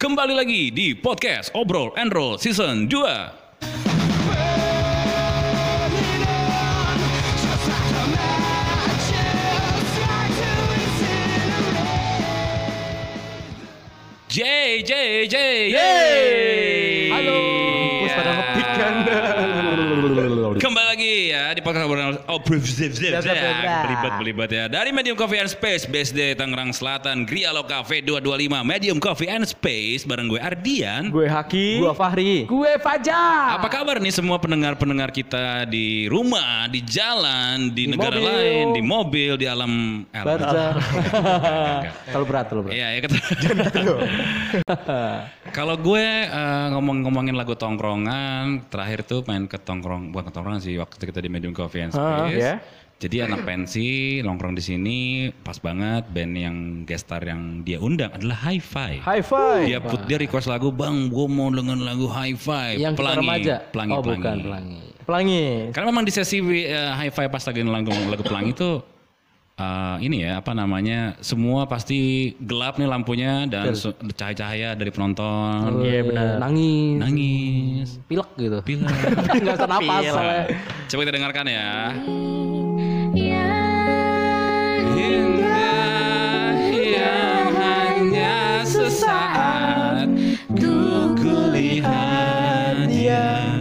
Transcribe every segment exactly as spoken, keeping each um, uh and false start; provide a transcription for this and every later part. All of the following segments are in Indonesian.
Kembali lagi di podcast Obrol and Roll Season dua. J, J, J, Yeay. Halo. Bos pada ngetik kan. Kembali lagi ya di podcast Obrol Oh, belibet-belibet ya. Dari Medium Coffee and Space, B S D Tangerang Selatan, Grialo Cafe dua dua lima, Medium Coffee and Space, bareng gue Ardian. Gue Haki. Gue Fahri. Gue Fajar. Apa kabar nih semua pendengar-pendengar kita di rumah, di jalan, di, Di negara mobil. lain, di mobil, di alam eh, alam- Barzah. Enggak. Kalau berat, kalau berat. Iya, ya kata. Kalau gue eh, ngomong-ngomongin lagu tongkrongan, terakhir tuh main ke tongkrong, bukan ke tongkrongan sih, waktu kita di Medium Coffee and Ah, Space. ya. Jadi anak pensi nongkrong di sini, pas banget band yang guest star yang dia undang adalah Hi-Fi. High five. Dia put dia request lagu, "Bang, gue mau dengan lagu Hi-Fi." Yang kita remaja. Pelangi, oh, pelangi. bukan pelangi. Pelangi. Karena memang di sesi uh, Hi-Fi pas lagi lagu lagu pelangi itu uh, ini ya, apa namanya? Semua pasti gelap nih lampunya dan su- cahaya-cahaya dari penonton. Iya, benar. Nangis. Nangis. Pilek gitu. Pilek. Enggak bisa napas Pilek. soalnya. Coba kita dengarkan ya. Yang Indah yang hanya sesaat ku kulihat dia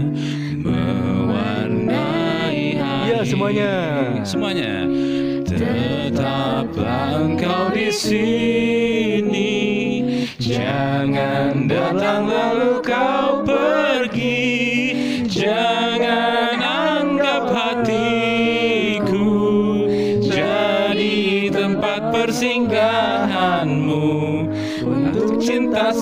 mewarnai hari. Iya, semuanya. Semuanya. Tetaplah engkau di sini, jangan datang lalu kau pergi, jangan anggap hatiku jadi tempat persinggahanmu untuk cinta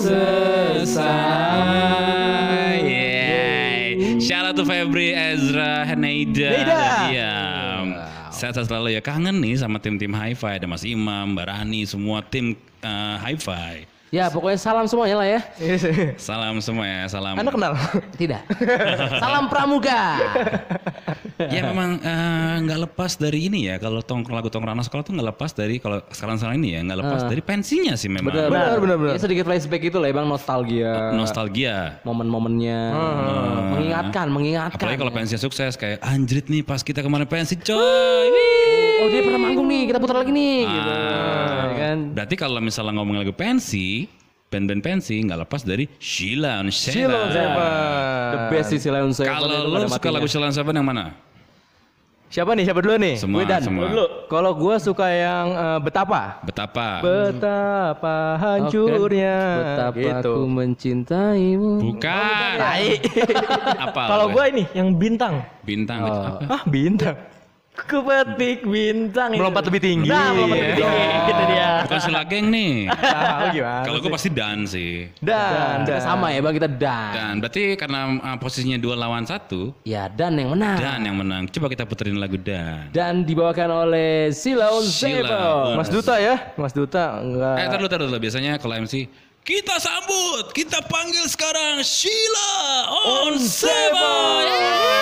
selesai. Yeay. Shout out to Febri, Ezra, Neida, Neida. Diam. Sehat selalu ya, kangen nih sama tim-tim Hi-Fi, ada Mas Imam, Mbak Rani, semua tim uh, Hi-Fi. Ya pokoknya salam semuanya lah ya. Salam semua ya, salam. Anda kenal? Tidak. Salam pramuka. Ya memang eh, nggak lepas dari ini ya, kalau tongkrong lagu tongkrongan sekolah tuh nggak lepas dari, kalau sekarang-sekarang ini ya nggak lepas dari pensinya sih memang. Benar, Benar, benar, benar. Ya, sedikit flashback gitu lah ya bang, nostalgia. Nostalgia. Momen-momennya. Mengingatkan, mengingatkan. Apalagi kalau ya. pensinya sukses kayak anjrit nih pas kita kemarin pensi coy. Oh dia pernah manggung nih, kita putar lagi nih. Gitu. Ah. Ya kan? Berarti kalau misalnya ngomong lagu pensi, band-band pensi nggak lepas dari Sheila on Seven. Sheila on Seven. The best sih Sheila on Seven. Kalau itu lo pada suka matinya. lagu Sheila on Seven yang mana? Siapa nih? Siapa dulu nih? Semua, Gue Dan. semua. Lu dulu. Kalau gue suka yang eh, Betapa. Betapa. Betapa hancurnya. Betapa gitu. aku mencintaimu. Bukan. Tai. Apa? Kalau gue ini yang bintang. Bintang itu apa? Ah, bintang. Kepetik bintang. Melompat lebih tinggi. Nah, melompat lebih tinggi. Gitu dia. Bukan Sheila Geng nih. Tahu gimana? Kalau gue pasti Dan sih. Dan, Kita dan. sama ya bang, kita dan. Dan berarti karena uh, posisinya dua lawan satu, Ya dan yang menang. Dan yang menang. Coba kita puterin lagu Dan. Dan dibawakan oleh Sheila on Sheila Seven. on Mas Duta ya? Mas Duta enggak. Eh, taruh taruh dulu. Biasanya kalau M C, kita sambut, kita panggil sekarang Sheila on Seven.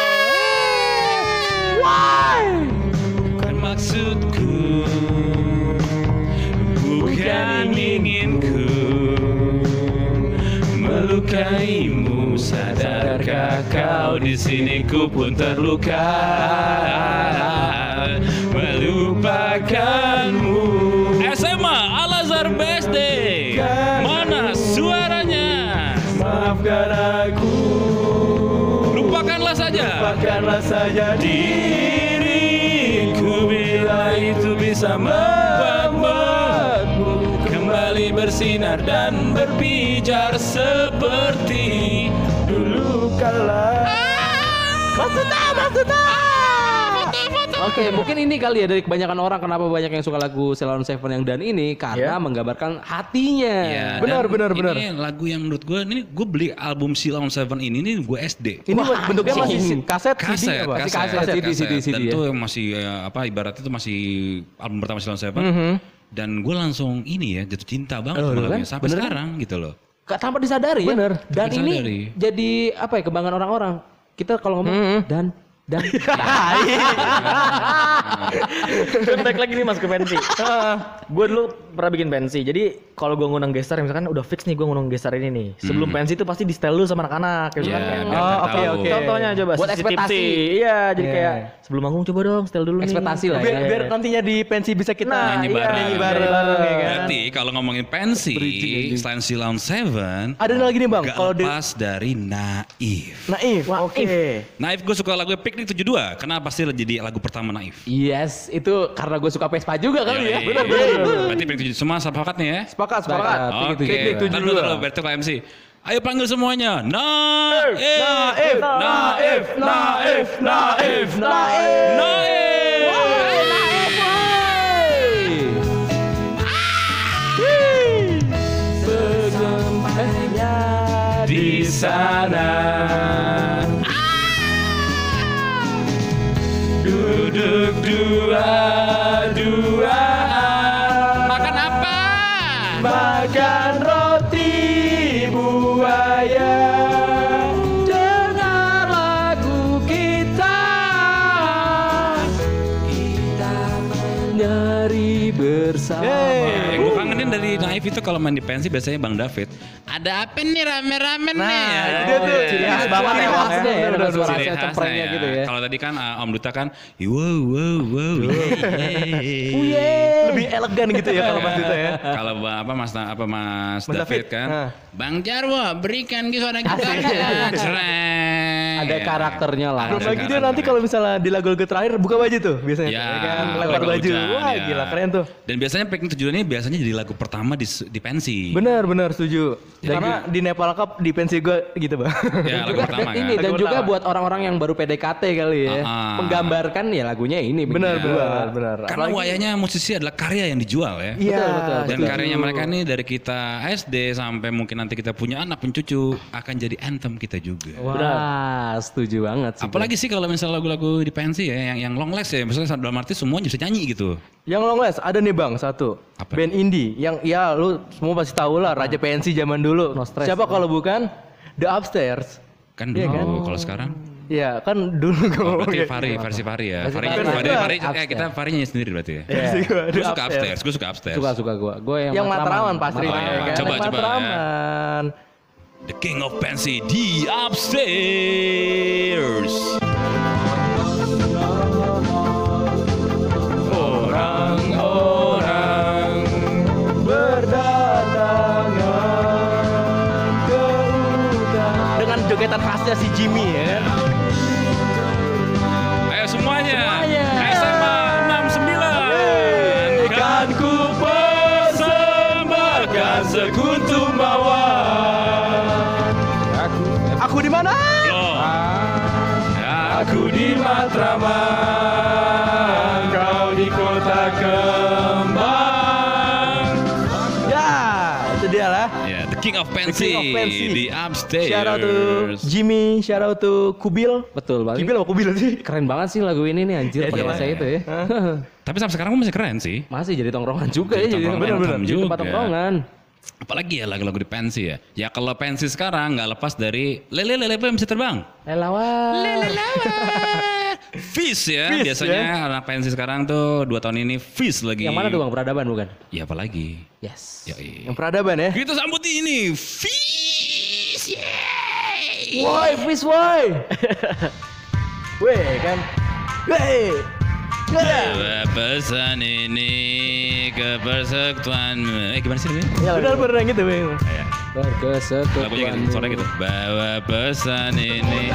Bukan maksudku, bukan inginku melukaimu. Sadarkah kau di sini ku pun terluka melupakanmu. S M A Al Azhar B S D, mana suaranya? Maafkan aku. Lupakanlah saja. Lupakanlah saja Diriku bila itu bisa membuatmu kembali bersinar dan berpijar seperti dulu kala. Mas Duta, Mas Duta. Oke, mungkin ini kali ya dari kebanyakan orang kenapa banyak yang suka lagu Sheila on Seven yang dan ini karena Ya. menggambarkan hatinya. Ya, Benar, dan benar, ini benar. lagu yang menurut gue, ini gue beli album Sheila on Seven ini, ini gue S D. Ini Wah, bentuknya anjing. masih kaset, C D Kaset, apa? Masih kaset, C D, C D, C D Dan ya. itu yang masih eh, apa ibaratnya itu masih album pertama Sheila on Seven. Mhm. Dan gue langsung ini ya jatuh cinta banget Oh, sama kan? lagunya sampai Bener kan? sekarang gitu loh. Ka- Tanpa disadari ya. Bener. Dan Tanpa ini disadari. jadi apa ya kebanggaan orang-orang. Kita kalau ngomong Mhm. dan Dan Dan balik lagi nih mas ke pensi. Gue dulu pernah bikin pensi. Jadi kalau gue ngundang gestar, misalkan udah fix nih gue ngundang gestar ini nih. Sebelum pensi itu pasti di setel dulu sama anak-anak. Iya, Misalkan, biar oh, tahu. oke oke. Contohnya coba Buat C C T V. ekspektasi. Iya, jadi Iya. kayak sebelum manggung coba dong setel dulu nih. Ekspektasi lah Biar, ya. biar nantinya di pensi bisa kita Nah, Nyanyi iya, bareng. nyanyi bareng, bareng, ya kan? Berarti kalau ngomongin pensi, selain Silon Seven, Ada lagi nih bang, gak kalau di lepas dari Naif. Naif, oke. Naif gue suka lagu Piknik tujuh dua. Kenapa sih jadi lagu pertama Naif? Yes, itu karena gue suka Vespa juga kali ya. Yoi. Benar benar. Berarti Piknik tujuh semua sepakat nih ya? Sepakat, sepakat. Sepakat. Oke, Piknik tujuh ntar dulu, ntar dulu, berarti kalau M C. Ayo panggil semuanya. Naif, Naif, Naif, Naif, Naif, Naif. Naif. Di sana duduk dua-duaan. Makan apa? Makan roti buaya. Dengar lagu kita, kita menyari bersama. Eh, gue kangenin dari Naif itu kalau main di pensi biasanya Bang David. Ada apa nih rame-rame nih? Nah, Oh, itu tuh ciri iya. khas banget Ciri ya. khasnya ya, Bener, dengan bener, suara Ciri khasnya cemprengnya gitu ya. Kalau tadi kan uh, Om Duta kan, wow wow wow, yeah. Lebih elegan gitu ya kalau pas itu ya. Kalau ba- apa Mas apa Mas, Mas David, David, kan, nah. Bang Jarwo berikan suara kita. Cereng. Ada Ya. karakternya lah. Belum Ada lagi dia karakter. nanti kalau misalnya di lagu-lagu terakhir buka baju tuh biasanya. Ya, Ya kan, lempar lagu baju. hujan, Wah ya. gila keren tuh. Dan biasanya Piknik tujuh ini biasanya jadi lagu pertama di, di pensi. Benar, benar setuju. Karena di Nepal Cup di pensi gue gitu bang. Ya, lagu Juga, pertama dan ini kan. dan Lagu juga pertama. buat orang-orang yang baru P D K T kali ya. Ah, ah. Menggambarkan ya lagunya ini. Benar, begitu. benar, benar. Karena wayanya musisi adalah karya yang dijual ya. Iya, Betul, betul. Dan setuju. karyanya mereka nih dari kita S D sampai mungkin nanti kita punya anak pencucu akan jadi anthem kita juga. Wah, setuju banget sih. Apalagi sih kalau misalnya lagu-lagu di pensi ya yang yang long last ya, misalnya dalam arti semuanya bisa nyanyi gitu. Yang long last ada nih bang satu. Apa? Band indie yang ya lu semua pasti tahu lah Raja pensi zaman dulu. No Stress. Siapa kalau bukan The Upstairs? Kan dulu Iya kan? kalau sekarang Ya kan dulu gue oh, berarti ngomongin. Fari, versi Fari ya. Versi Fari, Fari. Fari, Fari, Upstairs. eh, kita Fari nyanyi sendiri berarti ya. Versi gua, Gue The suka upstairs, gue suka upstairs. suka suka gue. Gue yang, Yang Matraman pasti. Oh, ya iya. kan? Coba, Yang coba, ya. Matraman. The King of Pensi di upstairs. Orang-orang Berdatangan ke utara. Dengan jogetan khasnya si Jimmy ya. ayo semuanya. Semuanya. S M A enam sembilan. Kan ku persembahkan sekuntum mawar. Aku di mana? Loh. Ya, Aku di Matraman, kau di kota kembang. Ya, itu dia lah. ya, The King of Pensi, King of Pensi. di upstairs. Shout out to Jimmy, shout out to Kubil. Betul banget. Kubil apa Kubil sih? Keren banget sih lagu ini nih anjir Iya, pada iya. masa itu ya. Tapi sampai sekarang masih keren sih. Masih jadi tongkrongan juga Jadi ya jadi tongkrongan bener-bener anthem jadi tempat juga. tongkrongan. Apalagi ya lagu-lagu di pensi ya. Ya kalau pensi sekarang nggak lepas dari lele lele bisa terbang. Lelawan. Fish ya, Fish, biasanya anak pensi sekarang tuh dua tahun ini Fish lagi. Yang mana tuh Bang? Peradaban bukan? Ya apalagi. Yes. Ya, iya. Yang peradaban ya. Kita sambut ini Fish. Yeay. Woi, fish woi. Weh kan. Weh. Bawa pesan ini ke persekutuanmu. Eh gimana sih ini? Ya benar benar gitu, Bang. Ya. Lagunya gitu, suaranya gitu. Bawa pesan ini.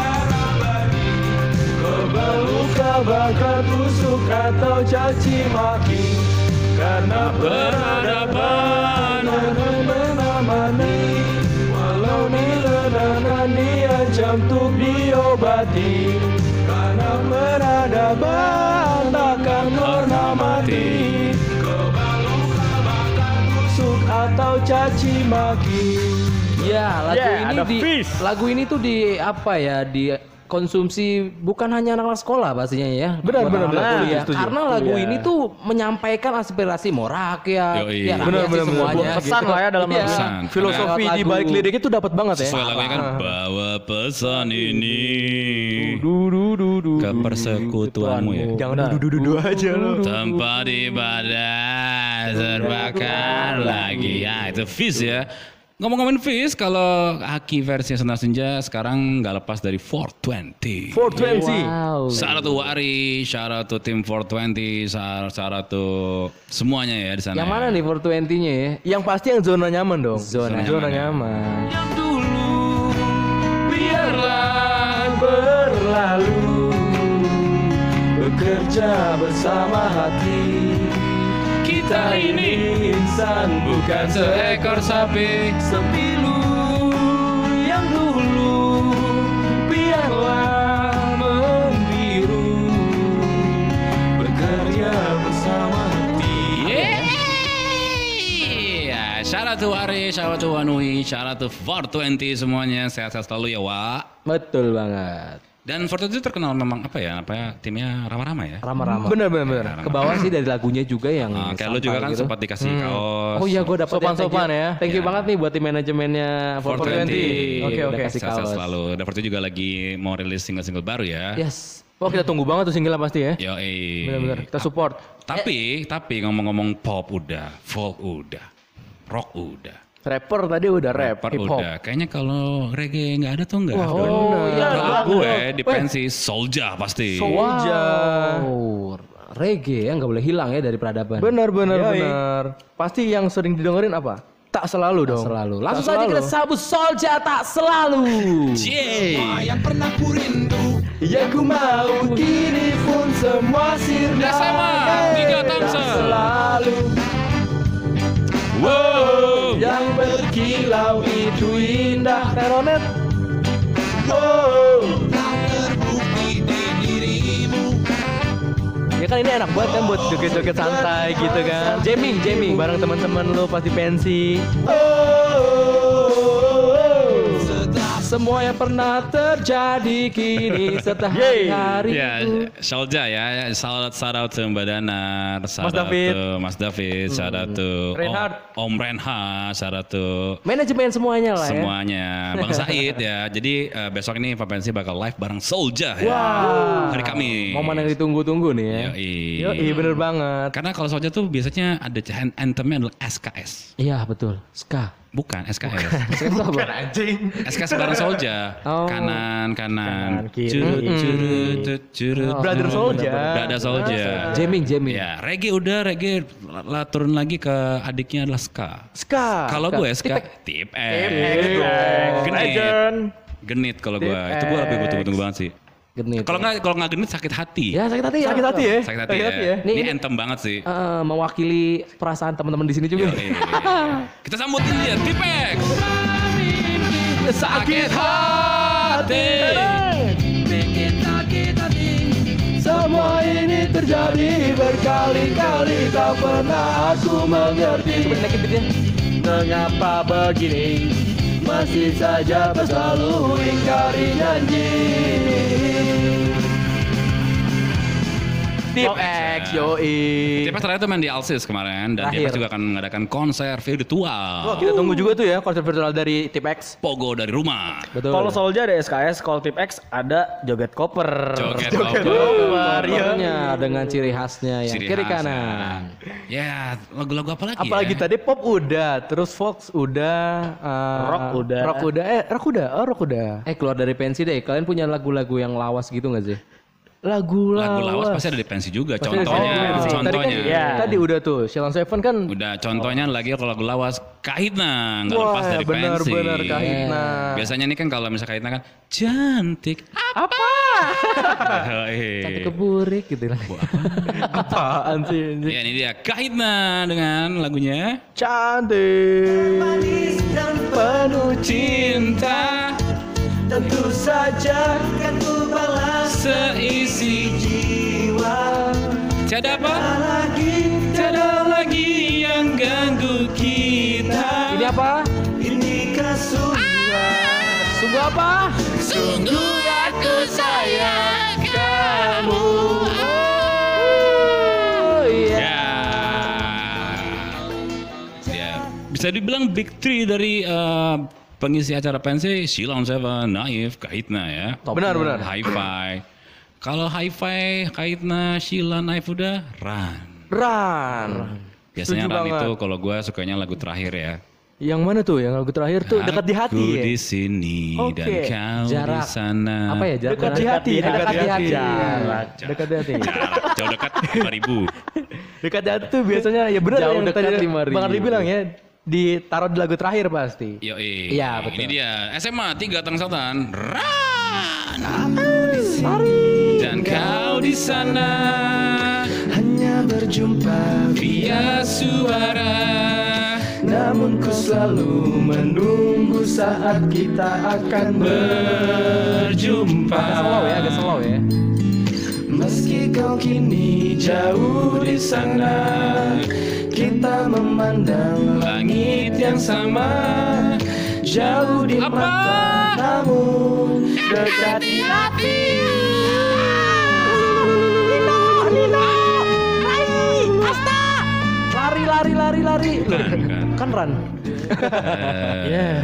Luka bakar tusuk atau caci maki karena peradaban menamani walau nilanan diancam untuk diobati karena peradaban takkan pernah mati. Tusuk atau caci maki. Ya, lagu Yeah, ini ada di Fish. lagu ini tuh di apa ya di konsumsi bukan hanya anak-anak sekolah pastinya ya. Benar, Buat benar, anak-anak benar. kuliah. Setuju. Karena lagu Kuliah. ini tuh menyampaikan aspirasi mau rakyat, Yoi. ya rakyat Benar, sih benar, semuanya. benar. Pesan gitu. lah ya dalam Iya. lagu. Pesan. Filosofi Lewat di lagu. balik lirik itu dapat banget ya. Sesuai lagunya kan bawa pesan ini Du du du du. ke persekutuanmu ya. Jangan du du du du aja lo. Tempat ibadah terbakar lagi. Ya itu Fizz ya. Ngomong-ngomongin Fizz, kalau Aki versi Senar Senja sekarang nggak lepas dari four twenty. four twenty. Wow. Shout out to Wari, shout out to tim four twenty, shout out to semuanya ya di sana. Yang ya. mana nih four twenty-nya ya? Yang pasti yang zona nyaman dong. Zona zona nyaman. nyaman. Yang dulu Biarlah berlalu, bekerja bersama hati. kita ini insan bukan seekor sapi. Sepilu yang dulu biarlah membiru, bekerja bersama hati. Yeah. Shout out to Wari, shout out to Wanui, shout out to four twenty semuanya. Sehat-sehat selalu ya, Wak. Betul banget. Dan four twenty itu terkenal memang apa ya? Apa ya? Timnya ramah-ramah ya. Ramah-ramah. Bener bener bener. Ke bawah sih dari lagunya juga yang Ah, kayak lu juga kan gitu. sempat dikasih kaos. Oh iya gue dapat Sopan-sopan ya. Thank you Ya. banget nih buat tim manajemennya four four twenty. twenty. Oke, Udah oke. kasih Sehat-sehat kaos. selalu. Dan four twenty juga lagi mau rilis single-single baru ya. Yes. Wah kita tunggu banget tuh single pasti ya. Yo, Bener-bener kita support. Tapi, tapi ngomong-ngomong pop udah, folk udah, rock udah, Rapper tadi udah rap, rapper hip hop. udah. Kayaknya kalau reggae nggak ada tuh nggak. Oh iya. Kalau gue di pensi Soulja pasti. Soulja. Wow. Reggae ya nggak boleh hilang ya dari peradaban. Bener bener Yoi. bener. Pasti yang sering didengerin apa? Tak selalu dong. Selalu. Tak Langsung saja selalu. kita sambut Soulja tak selalu. Yeay. Ya ku mau kini pun semua sirna. Ya sama, tiga Tamsa. Tak selalu Wow. yang berkilau itu indah. Teronet. Wow. Ya kan ini enak banget kan buat joget-joget santai gitu kan. Jamming, jamming. Bareng teman-teman lu pasti pensi. Semua yang pernah terjadi kini setelah hari Ya, itu. Soulja ya, shout out, shout out to Mbak Danar, shout Mas out David. to Mas David, shout out to Reinhard. Om, Om Reinhard, shout out to Manajemen semuanya lah ya. semuanya, Bang Said ya. Jadi eh, besok ini Pak Pensi bakal live bareng Soulja ya. Wah. Hari Kamis. Momen yang ditunggu-tunggu nih ya. Yoi. Yo, iya bener banget. Karena kalau Soulja tuh biasanya ada an- anthemnya adalah S K S. Iya betul. Ska. Bukan S K S. Ska itu apa? Anjing. S K S bareng Soulja. Oh. Kanan, kanan. Kanan, kiri. Curut, curut, curut. Brother Soulja. Brother Soulja. Jamming, jamming. Ya, reggae udah, reggae lah turun lagi ke adiknya adalah ska. Ska. Kalau gue ska, tip X. Genit. Legend. Genit kalau gue. Itu gue lebih tunggu-tunggu banget sih. Genit. Kalau nggak kalau nggak genit sakit hati. Ya sakit hati ya. Sakit hati ya. Sakit hati Sakit ya. hati ya. Ini Nih, ini- anthem banget sih. Eh, mewakili perasaan teman-teman di sini juga. Yoi. Kita sambutin dia, tip X. Sakit hati. Semua ini terjadi berkali-kali, tak pernah aku mengerti. Coba dinaikin beatnya. Mengapa begini? Masih saja selalu ingkari janji. Tip X, yoi. Tip X terakhir tuh main di Alsis kemarin dan Tip X Terakhir. juga akan mengadakan konser virtual. Wah, kita tunggu juga tuh ya konser virtual dari Tip X. Pogo dari rumah. Betul. Kalau Soulja ada S K S, kalau Tip X ada joget koper. Joget Joget koper. Covernya dengan ciri khasnya yang Ciri kiri khasnya. kanan. Ya, lagu-lagu apa lagi Apalagi ya? tadi pop udah, terus Fox udah, uh, Rock udah. rock udah, eh rock udah, oh rock udah. Eh keluar dari pensi deh. Kalian punya lagu-lagu yang lawas gitu nggak sih? Lagu Lagu lawas lawas. pasti ada di pensi juga. Pasti ada Contohnya, di pensi. contohnya. Tadi, kan, Iya. tadi udah tuh, Sheila Seven kan. Udah contohnya lagi kalau lagu lawas Kahitna nggak Wah, lepas dari bener, pensi. bener, Kahitna. Biasanya nih kan kalau misalnya Kahitna kan cantik. Apa? Cantik keburik gitu lah. Apaan sih? anjing? Ya ini dia Kahitna dengan lagunya Cantik dan penuh Cinta tentu saja kan ku balas seisi jiwa. Tiada apa? Lagi Tiada lagi yang ganggu kita. Ini apa? ini kesungguhan. Sungguh apa? Sungguh Aku sayang kamu. Oh iya. Ya. Ya, bisa dibilang big three dari eh, pengisi acara pensi Sheila on Seven, Naif, Kahitna ya. Benar, benar. Hi-Fi. Kalau Hi-Fi, Kahitna, Sheila, Naif udah Run. Ran. Biasanya Setuju Run banget. itu kalau gue sukanya lagu terakhir ya. Yang mana tuh? Yang lagu terakhir tuh dekat di hati Aku ya. di sini Oke. dan kau di Jarak. sana. Apa ya? Jarak. Dekat di hati, dekat di hati. Jarak. Dekat di hati. Jarak jauh dekat lima ribu. Dekat di hati tuh biasanya ya benar Jauh yang dekat tadi lima ribu. Bang Ardi bilang ya, ditaruh di lagu terakhir pasti. Yo, Iya, betul. Ini dia S M A tiga Tangsatan. Run. Dan kau di sana Hanya berjumpa via suara. Namun ku selalu menunggu saat kita akan berjumpa. Agak slow ya, agak slow ya. Meski kau kini jauh di sana, kita memandang langit yang sama. Jauh di Apa? mata, namun dekat di hati. Lari, lari, lari, lari. Bukan, bukan. Kan Ran. Eh, Ya.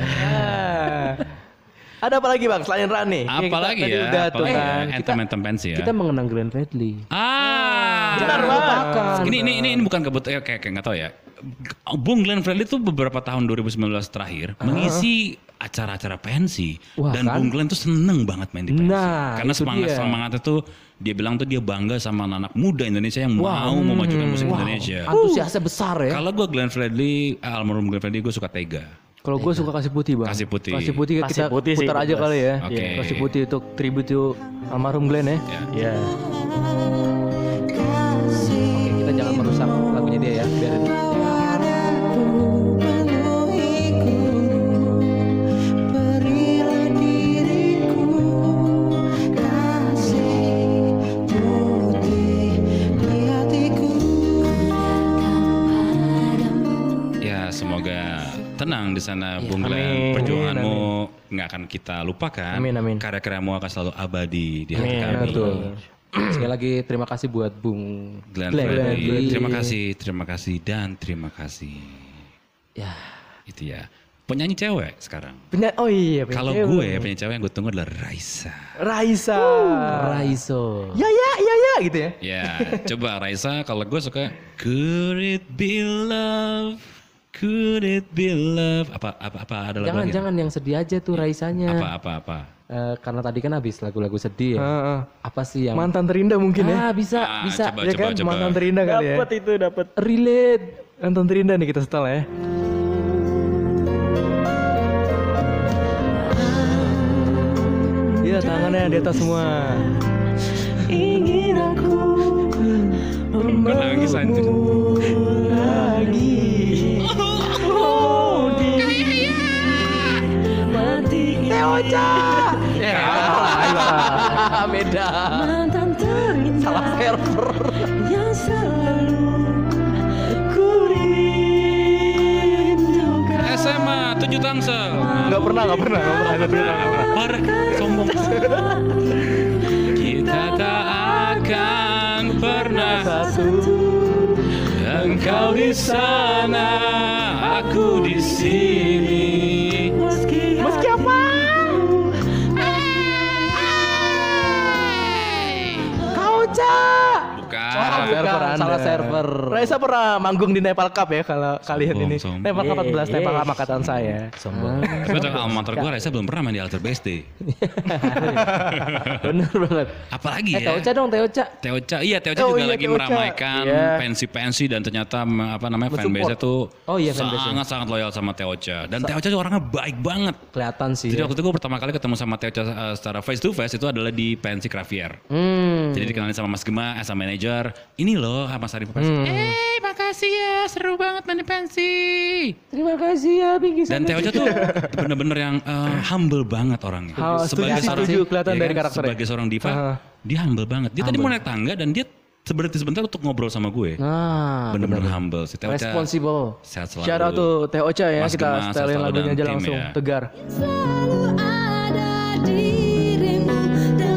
Ada apa lagi Bang selain Ran nih? Apa Kita lagi tadi ya? Udah Apa tuh lagi ya? kan. Anthem-anthem pensi ya. Kita mengenang Glenn Fredly. Ah, Benar banget. Ini ini ini, ini bukan kebetulan kayak kayak nggak tahu ya. Bung Glenn Fredly itu beberapa tahun dua ribu sembilan belas terakhir mengisi acara-acara pensi. Wah, Dan kan? Bung Glenn tuh seneng banget main di pensi. Nah, Karena itu semangat dia. semangatnya tuh dia bilang tuh dia bangga sama anak muda Indonesia yang mau memajukan musik Indonesia. Antusiasnya besar ya. Kalau gue Glenn Fredly, eh, almarhum Glenn Fredly gue suka Tega. Kalau gue suka kasih putih Bang. Kasih Putih. Kasih putih Kasih kita Putih sih, putar aja jelas. kali ya. Oke. Kasih putih untuk tribute to almarhum Glenn ya. Ya. Ya. Oke, kita jangan merusak lagunya dia ya. Biarin. Ya semoga tenang di sana Bung Amin. Glenn. Perjuanganmu nggak akan kita lupakan. Amin, amin. Karya-karyamu akan selalu abadi di hati Amin, kami. betul. Sekali lagi terima kasih buat Bung Glenn, Glenn Fredly. Fredly. Terima kasih, terima kasih dan terima kasih. Ya. Itu ya. Penyanyi cewek sekarang. Penya oh iya. penyanyi Kalau cewek. gue penyanyi cewek yang gue tunggu adalah Raisa. Raisa. Raiso. Ya ya ya ya gitu ya. Ya, coba Raisa. Kalau gue suka Could it be love? Could it be love? Apa apa apa ada lagu Jangan lagi? jangan yang sedih aja tuh Raisanya. Apa apa apa? Eh, karena tadi kan habis lagu-lagu sedih ya. Heeh. Apa sih yang Mantan terindah mungkin ya. Ah, bisa, Ah, bisa. coba, Ya kan? coba. Mantan terindah kali ya. Dapat itu, dapat. Relate. Mantan terindah nih kita setel ya. Iya tangannya di atas semua. Ingin aku Gue nangis anjir. lagi. Oh, di mati Beda. mantan terindah. Salah server. Yang selalu ku rindukan. S M A tujuh Tangsel. Enggak pernah, enggak pernah, enggak pernah, enggak pernah. Parah, sombong. Kita tak akan pernah engkau di sana, aku di sini. Meski, Meski apa? Kau Cak. Bukan. Salah server Anda. Salah server. Raisa pernah manggung di Nepal Cup ya kalau kalian ini. sombong. Nepal Cup empat belas Nepal Cup angkatan saya. Sombong. Tapi untuk alma mater gue, Raisa belum pernah main di Alter B S D. Bener banget. Apalagi Eh ya? Teoca dong Teoca. Teoca, iya Teoca Oh juga iya, lagi Teoca. meramaikan Iya. pensi-pensi dan ternyata m- apa namanya fanbase-nya tuh Oh iya, fanbase-nya. sangat-sangat loyal sama Teoca. Dan Teoca tuh orangnya baik banget. Kelihatan sih. Jadi Ya. waktu itu gue pertama kali ketemu sama Teoca uh, secara face to face itu adalah di pensi Cravier. Hmm. Jadi dikenalin sama Mas Gema, as a manager. Ini loh Mas Arif pensi. Eh makasih ya, seru banget main di pensi. Terima kasih ya Bingki. Dan Teoca tuh bener-bener yang uh, humble banget orangnya. Ha, setuju sih, setuju. Kelihatan ya dari kan, karakternya. sebagai seorang diva, Aha. dia humble banget. Dia tadi mau naik tangga dan dia berhenti sebentar untuk ngobrol sama gue. Nah, Bener-bener humble sih. Teoca responsible. sehat selalu. Shout out to Teh Ocha ya, Mas kita Gema, setelin selalu lagunya dalam aja tim langsung ya. tegar. Selalu ada dirimu dan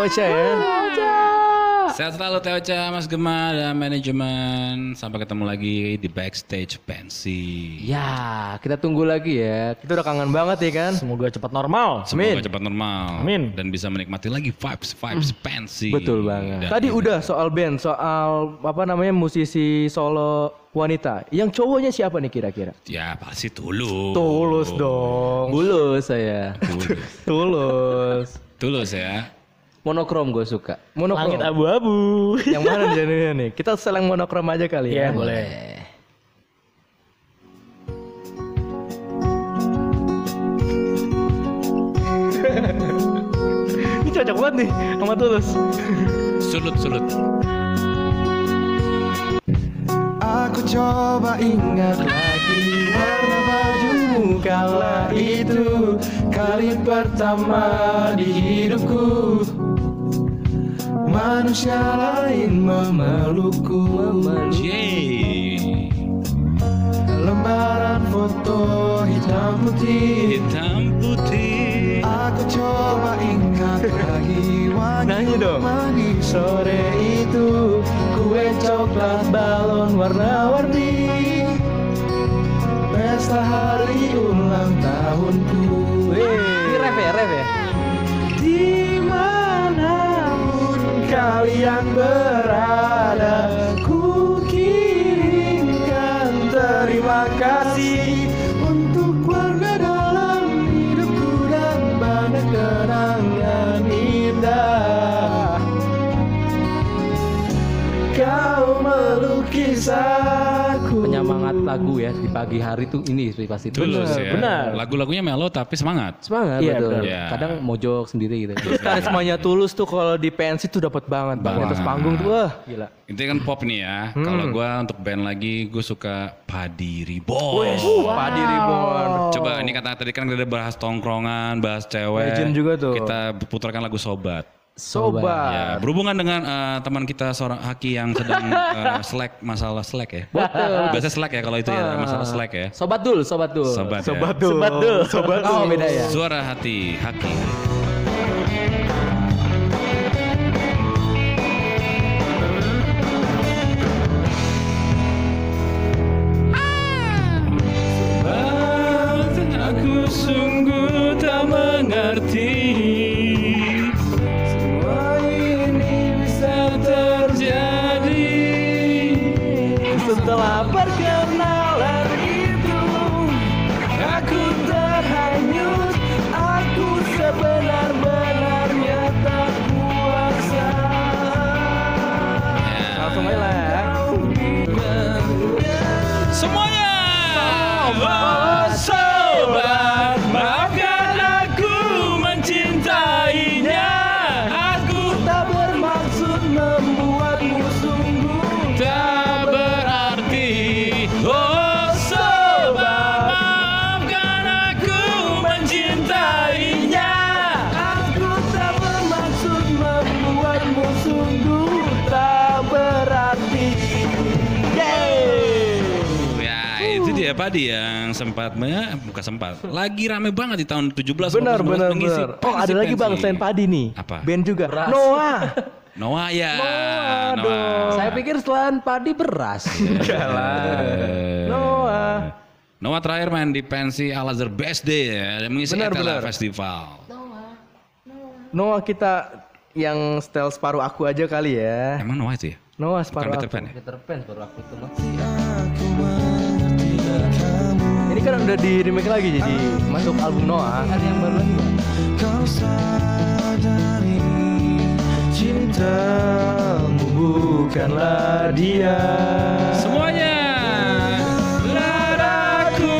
Ocha ya. Sehat selalu Teh Ocha, Mas Gema dan manajemen. Sampai ketemu lagi di Backstage Pensi. Ya, kita tunggu lagi ya. Kita udah kangen banget ya kan. Semoga cepat normal. Semoga cepat normal. Amin. Dan bisa menikmati lagi vibes vibes pensi. Betul banget. Dan Tadi juga- udah soal band, soal apa namanya musisi solo wanita. Yang cowoknya siapa nih kira-kira? Ya pasti tulus. Tulus dong. Bulus saya. Tulus. Tulus. Tulus ya. Monokrom gue suka. Monokrom. Langit abu-abu. Yang mana nih jadinya nih? Kita selang monokrom aja kali ya. Iya, boleh. Ini cocok banget nih sama Tulus. Sulut sulut. Aku coba ingat lagi warna bajumu kala itu kali pertama di hidupku. Manusia lain memelukku. Yeay. Lembaran foto hitam putih. Hitam putih. Aku coba ingat lagi Nyanyi dong. di sore itu kue coklat balon warna-warni pesta hari ulang tahunku. Ini ref ya, ref ya. Dimanapun kalian berada, ku kirimkan terima kasih untuk keluarga dalam hidupku dan banyak kenangan indah. Kau melukis aku. Penyemangat lagu ya di pagi hari tuh ini pasti. Tulus ya. benar. Lagu-lagunya melo tapi semangat. Semangat Iya, betul. benar. Iya. Kadang mojok sendiri gitu. Karismanya Tulus tuh kalau di pensi tuh dapat banget. Bang. Di atas Banget. panggung tuh wah gila. Itu kan pop nih ya. Kalau gua untuk band lagi gue suka Padi Reborn. Padi Reborn. Coba ini kata tadi kan kita bahas tongkrongan, bahas cewek. Legend juga tuh. Kita putarkan lagu Sobat. Sobat. Ya, berhubungan dengan eh, teman kita seorang Haki yang sedang eh, slack masalah slack ya. Betul. Biasa slack ya kalau itu ya, masalah slack ya. Sobat dul, sobat dul. Sobat, Sobat ya. tuh. Sobat tuh. Sobat tuh. Oh beda ya. Suara hati Haki. Aku sungguh tak mengerti semua ini bisa terjadi Setelah perkenalan itu, Aku terhanyut, aku sebenar-benarnya tak kuasa. langsung aja lah ya. semuanya. Oh, sobat, maafkan aku mencintainya. Aku Tak bermaksud membuatmu sungguh. tak berarti. Oh, sobat, maafkan aku mencintainya. Aku tak bermaksud membuatmu sungguh. Tak berarti. Ya, itu dia Padi yang sempat, ya, bukan sempat, lagi rame banget di tahun tujuh belas. Benar delapan belas benar mengisi benar. Oh ada lagi bang pensi-pensi. selain Padi nih. Apa? Band juga. Noah. Noah ya. Noah Noah. dong. Saya pikir selain padi beras. Eh, Noah. Noah terakhir main di pensi Al Azhar Best Day ya, dan mengisi Benar, Etela benar. Festival. Noah kita yang style separuh aku aja kali ya. Emang Noah itu ya? Noah Bukan separuh Peter aku. Pan ya? Peter Pan baru aku tuh mah. Ini kan udah di remake lagi jadi masuk album Noah. Ada yang baru lagi. Kau sadari cintamu bukanlah dia. Semuanya. Laraku.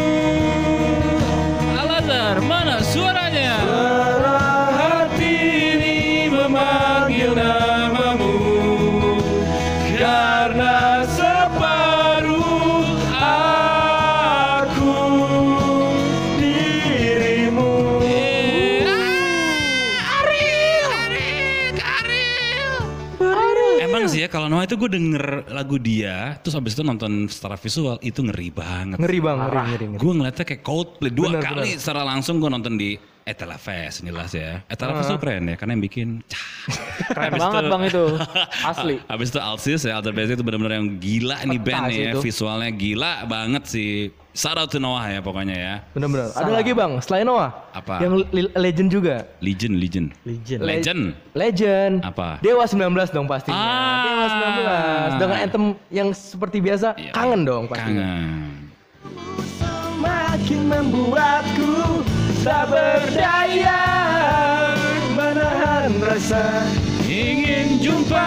Al Azhar, mana suaranya? Suara hati ini memanggil namamu karena separuh aku dirimu. Emang sih ya kalau Noah itu gue denger lagu dia, terus abis itu nonton secara visual itu ngeri banget. Ngeri bang, ngeri, ngeri, ngeri. Gue ngeliatnya kayak Coldplay dua Bener, kali secara langsung gue nonton di Etela Fest jelas ya. Etela Fest tuh keren ya karena yang bikin Keren banget bang itu. Asli. Habis itu Alsis ya, Alter Basic itu benar-benar yang gila nih Peta band sih nih ya. itu. Visualnya gila banget sih. Shout out to Noah ya pokoknya ya. Bener-bener. Ada lagi bang, selain Noah. Apa? Yang li- legend juga. Legend, legend. Legend. Legend. Legend. Apa? Dewa sembilan belas dong pastinya. Ah. Dewa sembilan belas. Dengan anthem yang seperti biasa, Iya. kangen dong pastinya. Kangen. Makin membuatku tak berdaya menahan rasa ingin jumpa.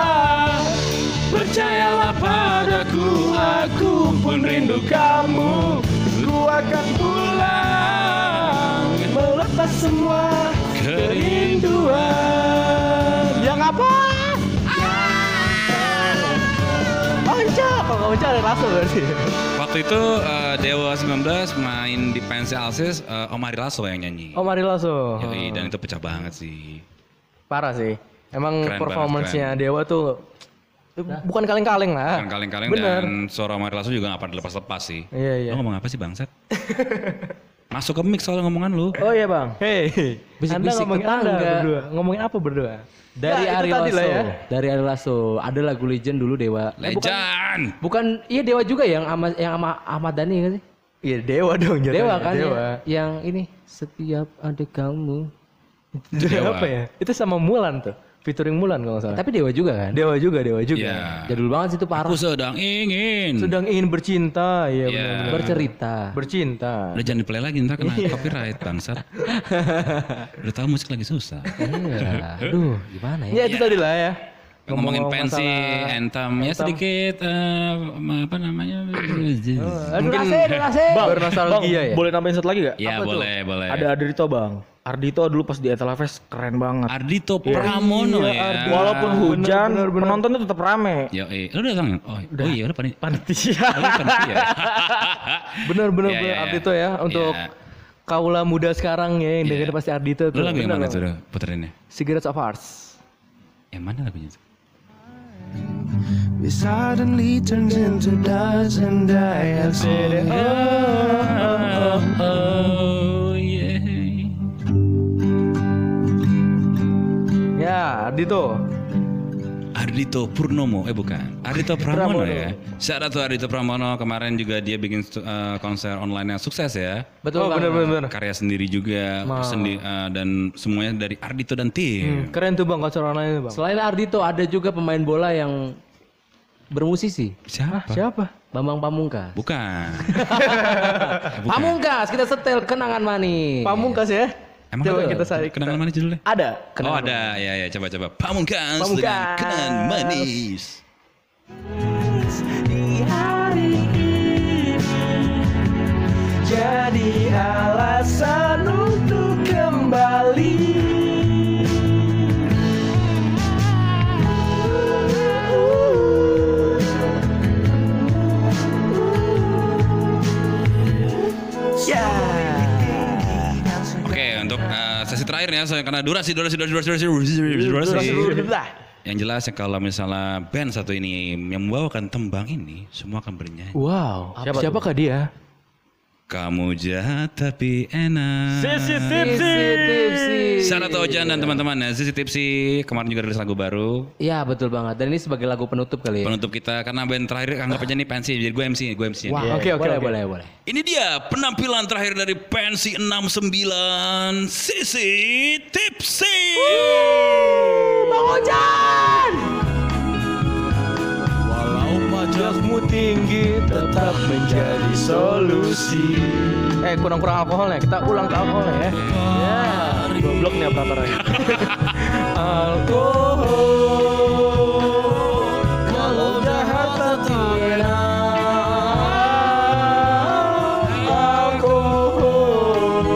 Percayalah padaku, aku pun rindu kamu. Ku akan pulang melepas semua kerinduan. Yang apa? Onca, kalau nggak Onca ada rasa berarti. Waktu itu eh, Dewa sembilan belas main di pensi Alsis, eh, Om Ari Lasso yang nyanyi. Oh Mari Lasso. Yoi, dan itu pecah banget sih. Parah sih. Emang Keren performance-nya banget, Dewa tuh bukan kaleng-kaleng lah. Kan kaleng-kaleng Bener. dan suara Om Ari Lasso juga gak pada lepas-lepas sih. Iya, iya. Lo ngomong apa sih bangsat? Masuk ke mix soalnya ngomongan lu. Oh iya bang. Hei, Anda Bisik-bisik ngomongin Anda tetangga. berdua. Ngomongin apa berdua? Dari Ya, itu Ari tadi Lasso. lah ya. Dari Ari Lasso. Ada lagu Legend dulu Dewa. Eh, bukan, Legend. bukan iya Dewa juga yang sama yang sama Ahmad Dhani kan sih? Iya Dewa dong. jatuhnya. Dewa kan Dewa. ya? Yang ini setiap ada kamu. Itu Dewa. apa ya? Itu sama Mulan tuh. Featuring Mulan kalau nggak salah. Tapi Dewa juga kan? Dewa juga, Dewa juga. Iya. Jadul banget sih itu parah. Aku sedang ingin. Sedang ingin bercinta, iya Iya. benar. Bercerita. Bercinta. Udah jangan di play lagi ntar kena Iya. copyright bangsat. Udah tahu musik lagi susah. Iya. Aduh, gimana Ya ya? itu tadi lah ya. Ngomongin Ngomong-ngomong pensi masalah- anthem ya sedikit eh, apa namanya? Mungkin Bang, bernostalgia bang, ya. boleh nambahin satu lagi gak? Ya boleh, boleh. Ada Ardito bang. Ardito dulu pas di Etela Fest keren banget. Ardito Pramono ya. Walaupun hujan, bener, bener. penontonnya tetap rame. Ya, eh, lu udah datang? Oh, oh iya, udah panik. Panitia. Oh, lu panitia. Bener-bener Iya, bener iya, Ardito ya untuk Iya. kaula muda sekarang ya yang Iya. dengerin pasti Ardito tuh. Lu lagu yang Bener mana loh. tuh udah puterinnya? Cigarettes of Hearts. Yang mana lagunya tuh? We suddenly turns into dust and I said, Oh, oh, yeah. Ya, Ardito. Ardito Purnomo, eh bukan, Ardito Pramono ya. Shout out to Ardito Pramono, kemarin juga dia bikin eh, konser online yang sukses ya. Betul Oh, banget. bener-bener. Karya sendiri juga, sendi- eh, dan semuanya dari Ardito dan tim. Hmm, keren tuh Bang konser online itu, Bang. Selain Ardito ada juga pemain bola yang bermusisi. Siapa? Siapa? Bambang Pamungkas. Bukan. Pamungkas, kita setel kenangan manis. Pamungkas ya? Emang Coba ada? kita cari. Kenangan mana judulnya? Ada. Oh ada, ya ya coba coba. Pamungkas, dengan Pamungkas. kenangan manis. di hari ini jadi alasan untuk kembali. Oke untuk eh, sesi terakhir ya, saya karena durasi durasi durasi durasi durasi durasi. Yang jelas ya kalau misalnya band satu ini yang membawakan tembang ini semua akan bernyanyi. Wow. Siapakah dia? Kamu jahat tapi enak. Sisi Tipsi, tipsi. Salah tuh Ojan dan teman-teman ya, Sisi Tipsi kemarin juga rilis lagu baru. Iya betul banget. Dan ini sebagai lagu penutup kali ya. Penutup kita karena band terakhir anggap aja nih pensi, jadi gue M C, gue M C. Wah, Oke, oke, boleh, oke. boleh, boleh. Ini dia penampilan terakhir dari pensi enam sembilan Sisi Tipsi. Walau pajakmu tinggi tetap menjadi solusi. Eh kurang-kurang alkoholnya. Kita ulang ke alkoholnya ya. Ya. Goblok nih operatornya. Alkohol kalau jahat tapi enak. Alkohol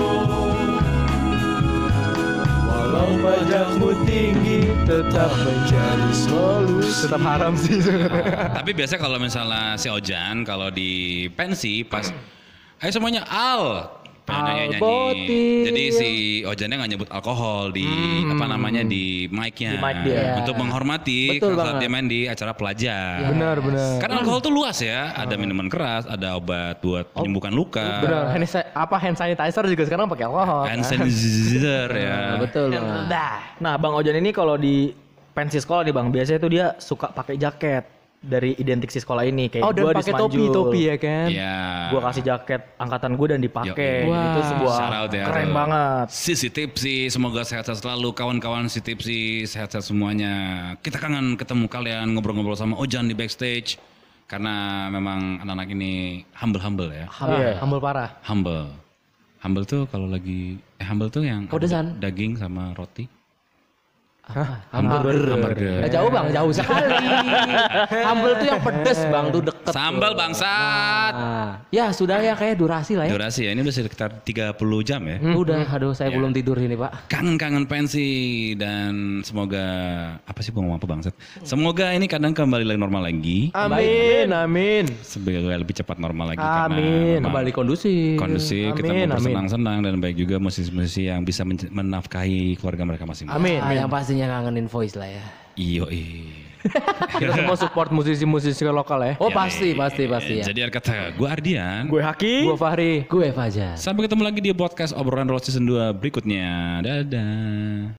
walau pajakmu tinggi tetap menjadi solusi. Tetap haram sih. Tapi biasanya kalau misalnya si Ojan kalau di pensi pas ayo semuanya Al pengen nyanyi-nyanyi. Albotil. Jadi si Ojannya nggak nyebut alkohol di apa namanya di mic-nya. Di mic dia. Untuk menghormati Betul saat banget. dia main di acara pelajar. Benar, benar. Kan alkohol tuh luas ya. Ada minuman keras, ada obat buat penyembuhkan luka. Benar. Hand sa- apa hand sanitizer juga sekarang pakai alkohol. Hand sanitizer ya. Betul banget. Nah, Bang Ojan ini kalau di pensi sekolah nih Bang, biasanya tuh dia suka pakai jaket dari identik si sekolah ini kayak Oh, dan gua di pakai topi, Semanjul. topi ya kan? Iya. Gua kasih jaket angkatan gue dan dipakai. Yoi. Itu sebuah Shout out ya, keren tuh. banget. Sisi Tipsy, semoga sehat-sehat selalu. Kawan-kawan si Tipsy, sehat-sehat semuanya. Kita kangen ketemu kalian ngobrol-ngobrol sama Ojan di backstage. Karena memang anak-anak ini humble-humble ya. Humble, humble parah. Humble. Humble tuh kalau lagi, eh humble tuh yang ada Pedesan. daging sama roti. Hamburger. Hamburger. Eh, jauh bang, jauh sekali. Humble tuh yang pedes bang, tuh deket. Sambal bangsat. Nah, ya sudah ya kayak durasi lah ya. Durasi ya, ini udah sekitar tiga puluh jam ya. Udah, aduh saya belum tidur ini pak. Kangen-kangen pensi dan semoga apa sih gua ngomong apa bangsat? Semoga ini kadang kembali lagi normal lagi. Amin, amin. Sebagai lebih cepat normal lagi Amin. karena memang Kembali kondusif. kondusif, kita Amin, mau amin. bersenang-senang dan baik juga musisi-musisi yang bisa men- menafkahi keluarga mereka masing-masing. Amin. Ah, yang pastinya kangenin voice lah ya. Iyo Kita semua support musisi-musisi lokal ya. Oh pasti, pasti, pasti ya. Jadi kata gue Ardian. Gue Haki. Gua Fahri. Gue Fajar. Sampai ketemu lagi di podcast obrolan Road Season dua berikutnya. Dadah.